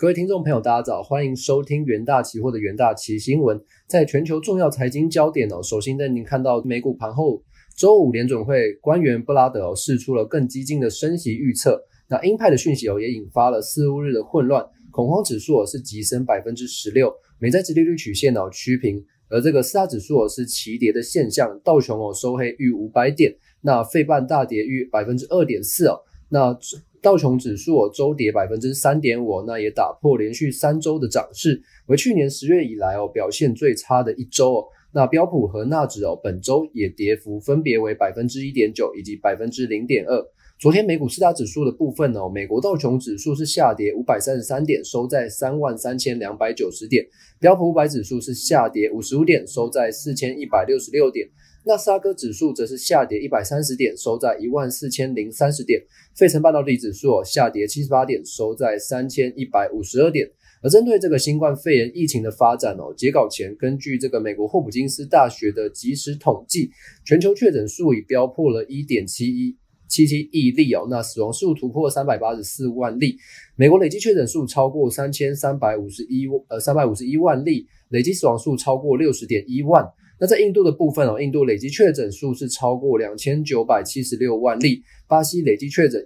各位听众朋友大家早，欢迎收听元大期货的元大期新闻。在全球重要财经焦点首先带您看到美股盘后周五联准会官员布拉德释出了更激进的升息预测，那鹰派的讯息也引发了四五日的混乱，恐慌指数是急升 16%， 美债殖利率曲线趋平，而这个四大指数是齐跌的现象，道琼收黑逾500点，那费半大跌逾 2.4%， 那道琼指数周跌 3.5%， 那也打破连续3周的涨势，为去年10月以来表现最差的一周。那标普和纳指本周也跌幅分别为 1.9% 以及 0.2%。昨天美股四大指数的部分美国道琼指数是下跌533点，收在 33,290 点，标普500指数是下跌55点，收在 4,166 点，纳斯达克指数则是下跌130点，收在 14,030 点，费城半导体指数下跌78点，收在 3,152 点。而针对这个新冠肺炎疫情的发展截稿前根据这个美国霍普金斯大学的即时统计，全球确诊数已飙破了 1.77 亿例那死亡数突破384万例，美国累计确诊数超过351万例，累计死亡数超过 60.1 万。那在印度的部分印度累计确诊数是超过2976万例，巴西累计确诊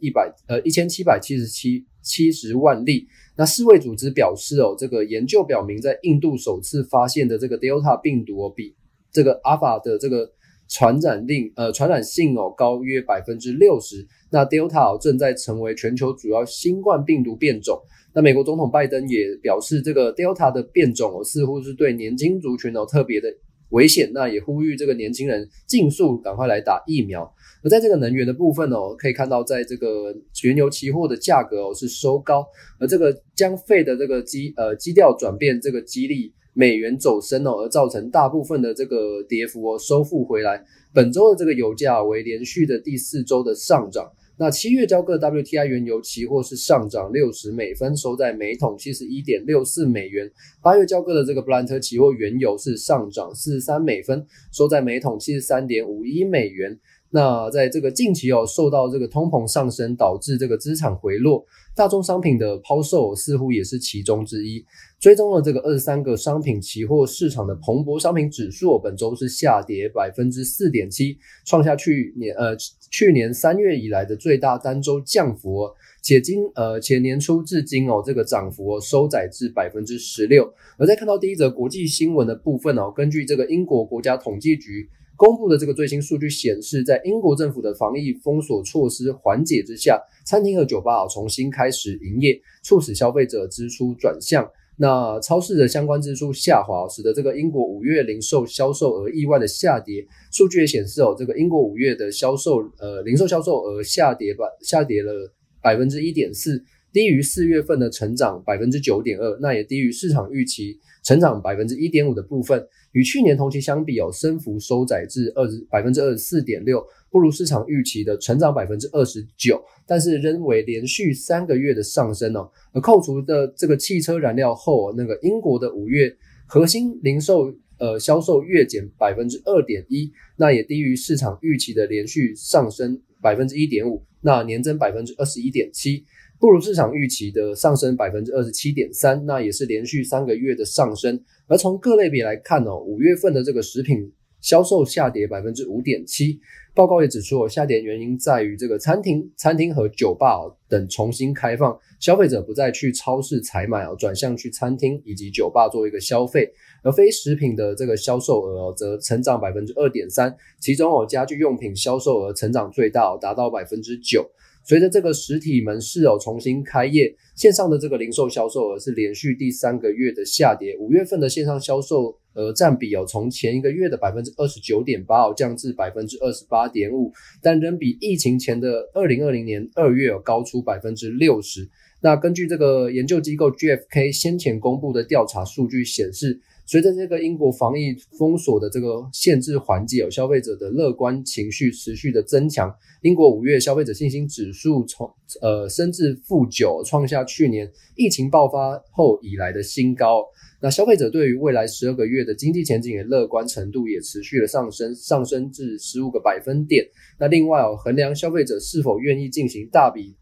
1770万例。那世卫组织表示这个研究表明，在印度首次发现的这个 Delta 病毒比这个 Alpha 的这个传染性高约 60%， 那 Delta 正在成为全球主要新冠病毒变种。那美国总统拜登也表示，这个 Delta 的变种似乎是对年轻族群特别的危险，那也呼吁这个年轻人尽速赶快来打疫苗。而在这个能源的部分可以看到在这个原油期货的价格是收高，而这个将费的这个基调转变这个激励美元走升而造成大部分的这个跌幅收复回来。本周的这个油价为连续的第4周的上涨。那7月交割 WTI 原油期货是上涨60美分，收在每桶 71.64 美元。8月交割的这个布兰特期货原油是上涨43美分，收在每桶 73.51 美元。那在这个近期受到这个通膨上升导致这个资产回落，大宗商品的抛售似乎也是其中之一。追踪了这个23个商品期货市场的彭博商品指数本周是下跌 4.7%， 创下去年3月以来的最大单周降幅且年初至今这个涨幅收窄至 16%。 而在看到第一则国际新闻的部分根据这个英国国家统计局公布的这个最新数据显示，在英国政府的防疫封锁措施缓解之下，餐厅和酒吧重新开始营业，促使消费者支出转向。那超市的相关支出下滑，使得这个英国5月零售销售额意外的下跌。数据也显示这个英国5月的零售销售额下跌了 1.4%， 低于4月份的成长 9.2%， 那也低于市场预期成长 1.5% 的部分，与去年同期相比升幅收窄至 24.6%， 不如市场预期的成长 29%， 但是仍为连续3个月的上升而扣除的这个汽车燃料后，那个英国的5月核心零售销售月减 2.1%， 那也低于市场预期的连续上升 1.5%， 那年增 21.7%，不如市场预期的上升 27.3%， 那也是连续3个月的上升。而从各类别来看5月份的这个食品销售下跌 5.7%， 报告也指出下跌原因在于这个餐厅和酒吧等重新开放，消费者不再去超市采买转向去餐厅以及酒吧做一个消费。而非食品的这个销售额则成长 2.3%， 其中家具用品销售额成长最大达到 9%。随着这个实体门市重新开业，线上的这个零售销售额是连续第3个月的下跌。5月份的线上销售额占比从前一个月的 29.8% 降至 28.5%， 但仍比疫情前的2020年2月高出 60%。那根据这个研究机构 GfK 先前公布的调查数据显示，随着这个英国防疫封锁的这个限制缓解，消费者的乐观情绪持续的增强，英国5月消费者信心指数升至-9，创下去年疫情爆发后以来的新高。那消费者对于未来12个月的经济前景的乐观程度也持续的上升至15个百分点。那另外衡量消费者是否愿意进行大笔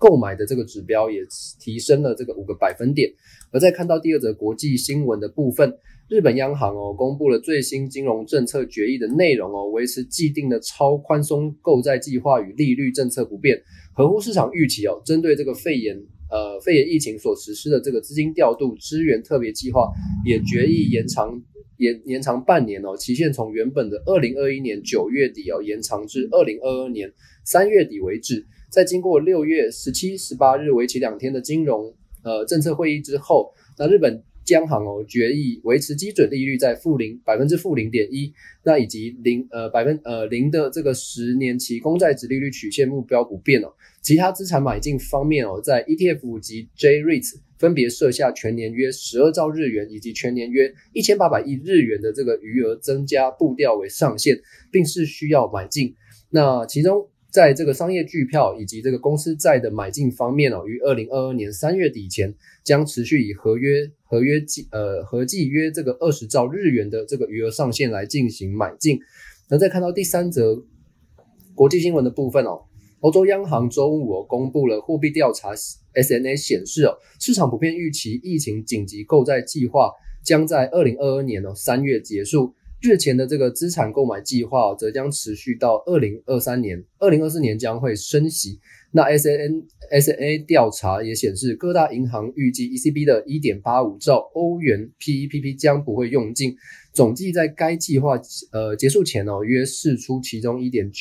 购买的这个指标也提升了这个5个百分点。而再看到第二则国际新闻的部分，日本央行公布了最新金融政策决议的内容维持既定的超宽松购债计划与利率政策不变，合乎市场预期针对这个肺炎疫情所实施的这个资金调度支援特别计划也决议延长半年期限从原本的2021年9月底延长至2022年3月底为止。在经过6月17、18日为期2天的金融政策会议之后，那日本央行决议维持基准利率在-0.1%，那以及0的这个10年期公债殖利率曲线目标不变其他资产买进方面在 ETF 及 J-REITs 分别设下全年约12兆日元以及全年约1800亿日元的这个余额增加步调为上限，并是需要买进。那其中在这个商业巨票以及这个公司债的买进方面于2022年3月底前将持续以合计约这个20兆日元的这个余额上限来进行买进。那再看到第三则国际新闻的部分欧洲央行周五公布了货币调查 SNA 显示市场普遍预期疫情紧急购债计划将在2022年3月结束。日前的这个资产购买计划则将持续到2023年，2024年将会升息。那 SNA 调查也显示，各大银行预计 ECB 的 1.85 兆欧元 PEPP 将不会用尽，总计在该计划结束前约释出其中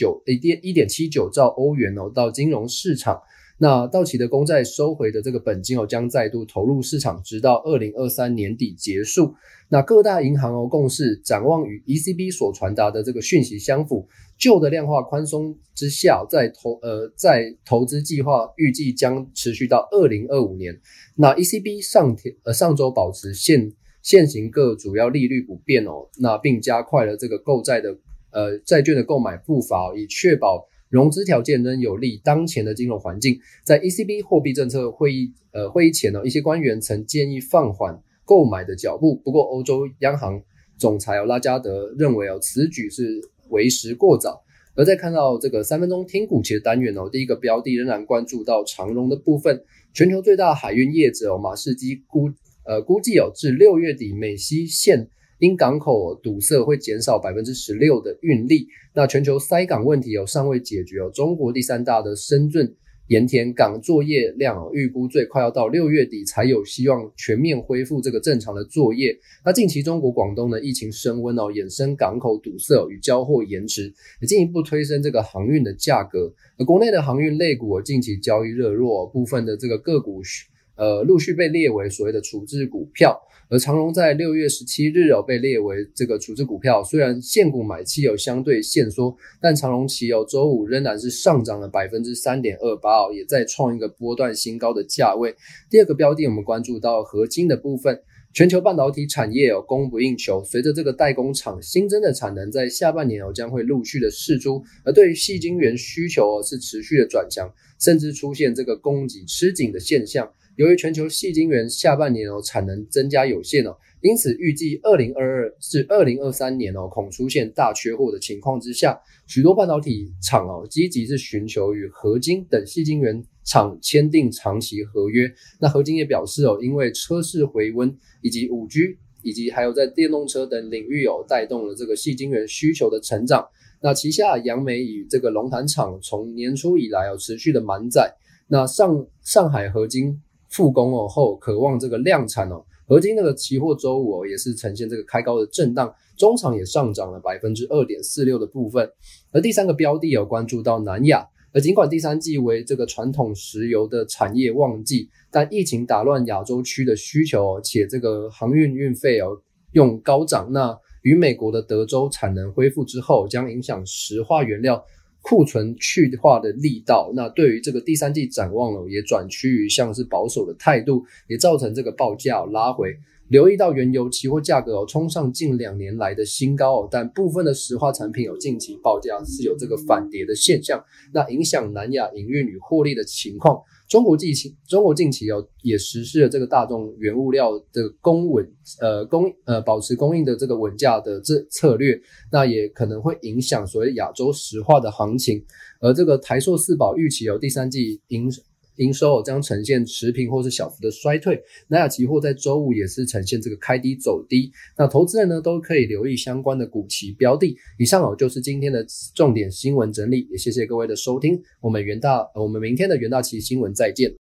1.79 兆欧元到金融市场。那到期的公债收回的这个本金将再度投入市场，直到2023年底结束。那各大银行共识展望与 ECB 所传达的这个讯息相符，旧的量化宽松之下，在投资计划预计将持续到2025年。那 ECB 上周保持现行各主要利率不变那并加快了这个购债的债券的购买步伐以确保融资条件仍有利当前的金融环境。在 ECB 货币政策会议前一些官员曾建议放缓购买的脚步，不过欧洲央行总裁拉加德认为此举是为时过早。而再看到这个3分钟听股期的单元第一个标的仍然关注到长荣的部分。全球最大海运业者马士基估计至6月底美西线因港口堵塞会减少 16% 的运力。那全球塞港问题尚未解决中国第三大的深圳盐田港作业量预估最快要到6月底才有希望全面恢复这个正常的作业。那近期中国广东的疫情升温衍生港口堵塞与交货延迟，也进一步推升这个航运的价格。而国内的航运类股近期交易热络，部分的这个个股陆续被列为所谓的处置股票。而长荣在6月17日被列为这个处置股票，虽然现股买气相对限缩，但长荣期周五仍然是上涨了 3.28%， 也再创一个波段新高的价位。第二个标的我们关注到合金的部分。全球半导体产业供不应求，随着这个代工厂新增的产能在下半年将会陆续的释出，而对于矽晶圆需求是持续的转强，甚至出现这个供给吃紧的现象。由于全球矽晶圆下半年产能增加有限因此预计2022至2023年恐出现大缺货的情况之下，许多半导体厂积极是寻求与合金等矽晶圆厂签订长期合约。那合金也表示因为车市回温以及 5G 以及还有在电动车等领域带动了这个矽晶圆需求的成长。那旗下扬美与这个龙潭厂从年初以来持续的满载。那上海合金复工后渴望这个量产合金那个期货周五也是呈现这个开高的震荡，中场也上涨了 2.46% 的部分。而第三个标的关注到南亚。而尽管第三季为这个传统石油的产业旺季，但疫情打乱亚洲区的需求且这个航运运费用高涨。那与美国的德州产能恢复之后，将影响石化原料库存去化的力道。那对于这个第三季展望也转趋于像是保守的态度，也造成这个报价拉回。留意到原油期货价格冲上近2年来的新高但部分的石化产品近期报价是有这个反跌的现象，那影响南亚营运与获利的情况。中国近期也实施了这个大众原物料的保持供应的这个稳价的策略，那也可能会影响所谓亚洲石化的行情。而这个台塑四宝预期第三季营收将呈现持平或是小幅的衰退。南亚期货在周五也是呈现这个开低走低，那投资人呢都可以留意相关的股期标的。以上就是今天的重点新闻整理，也谢谢各位的收听，我们明天的元大期新闻再见。